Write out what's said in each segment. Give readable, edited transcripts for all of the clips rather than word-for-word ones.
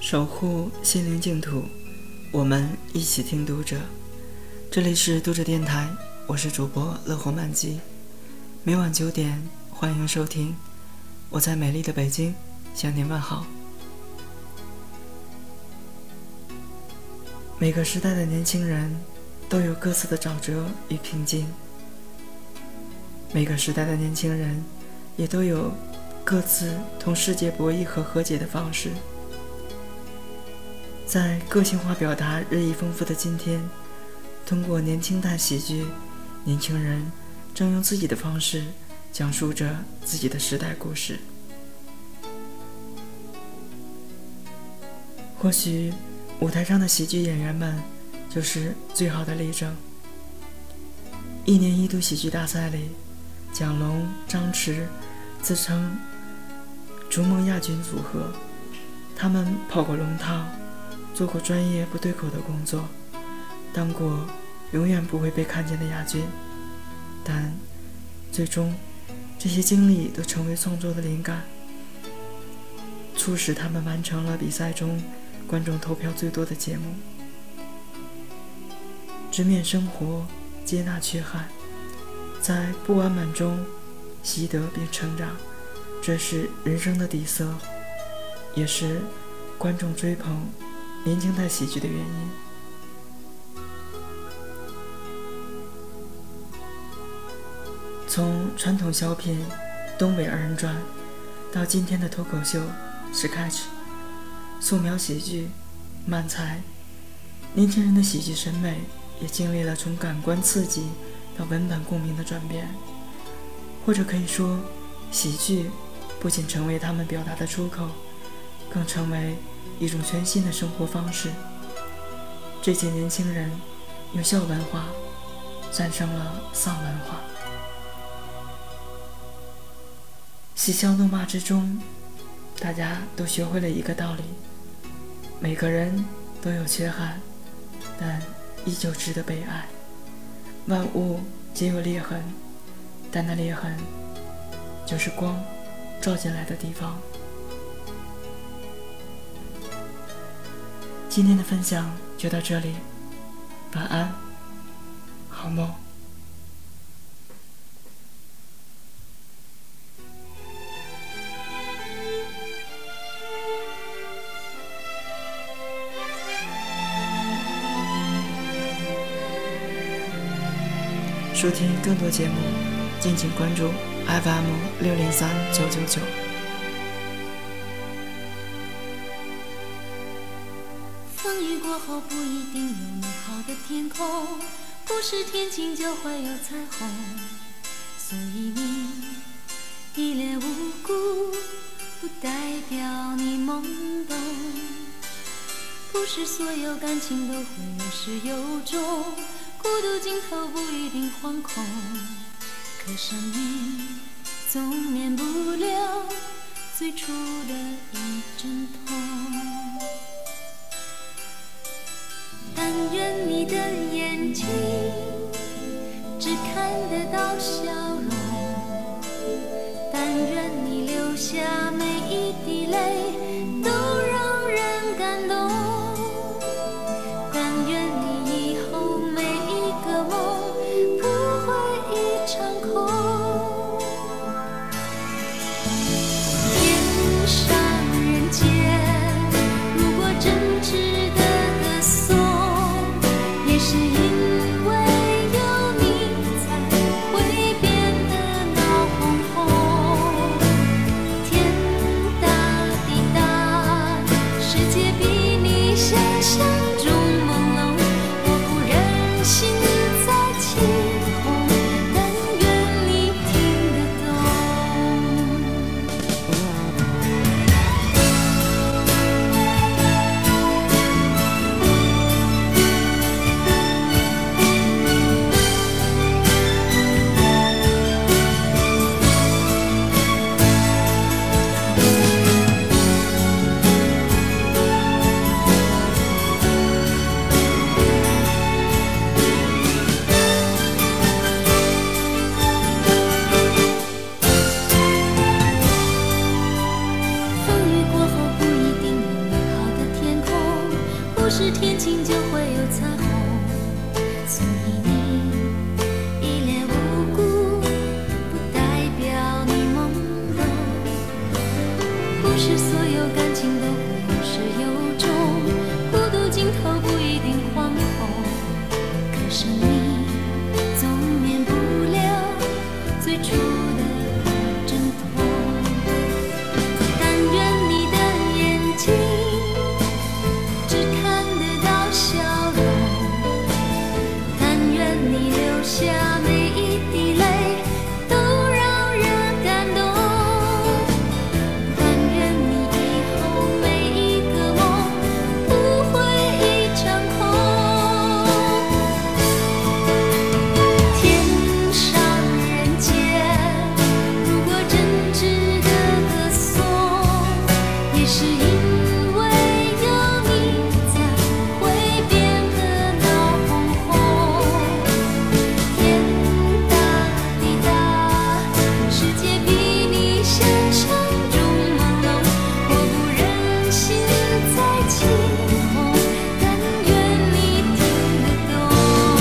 守护心灵净土，我们一起听读者。这里是读者电台，我是主播乐活漫记，每晚9点欢迎收听。我在美丽的北京向您问好。每个时代的年轻人都有各自的沼泽与平静，每个时代的年轻人也都有各自同世界博弈和和解的方式。在个性化表达日益丰富的今天，通过年轻态喜剧，年轻人正用自己的方式讲述着自己的时代故事。或许舞台上的喜剧演员们就是最好的例证。1年1度喜剧大赛里，蒋龙、张弛自称逐梦亚军组合，他们跑过龙套，做过专业不对口的工作，当过永远不会被看见的亚军，但最终这些经历都成为创作的灵感，促使他们完成了比赛中观众投票最多的节目。直面生活，接纳缺憾，在不完满中习得并成长，这是人生的底色，也是观众追捧年轻态喜剧的原因。从传统小品东北二人转到今天的脱口秀 sketch 素描喜剧漫才，年轻人的喜剧审美也经历了从感官刺激到文本共鸣的转变，或者可以说，喜剧不仅成为他们表达的出口，更成为一种全新的生活方式。这些年轻人用笑文化战胜了丧文化。嬉笑怒骂之中，大家都学会了一个道理：每个人都有缺憾，但依旧值得被爱。万物皆有裂痕，但那裂痕就是光照进来的地方。今天的分享就到这里，晚安，好梦。收听更多节目，敬请关注 FM603999。 风雨过后不一定有美好的天空，不是天晴就会有彩虹，所以你一脸无辜不代表你懵懂，不是所有感情都会有始有终，孤独尽头不一定惶恐，可生命总免不了最初的一阵痛。但愿你的眼睛只看得到笑容，但愿你流下每一滴泪都让人感动，但愿你以后每一个梦不会一场空。天上人间，如果真值得歌颂，也是因为有你才会变不是天晴就会有彩虹，所以你一脸无辜，不代表你懵懂。不是所有感情都会有始有终，孤独尽头不一定惶恐，可是你总免不了最初的阵痛。但愿你的眼睛只看得到笑容，但愿你流下每一滴泪都让人感动，但愿你以后每一个梦不会一场空。天上人间，如果真值得歌颂，也是因为有你才会变得闹哄哄。天大地大，世界比你想象中朦胧，我不忍心再起哄，但愿你听得懂。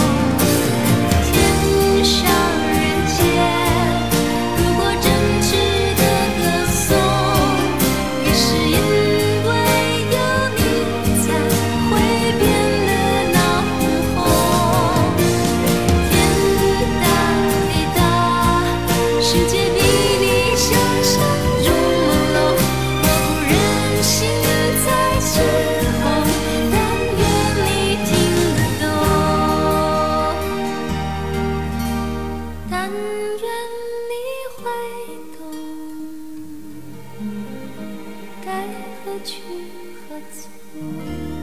天上人间，如果真值得歌颂，也是因为有你才会变得闹哄哄。天大地大，世界比你想象中朦胧，我不忍心再起哄，但愿你听得懂，但愿你会懂，该何去何从。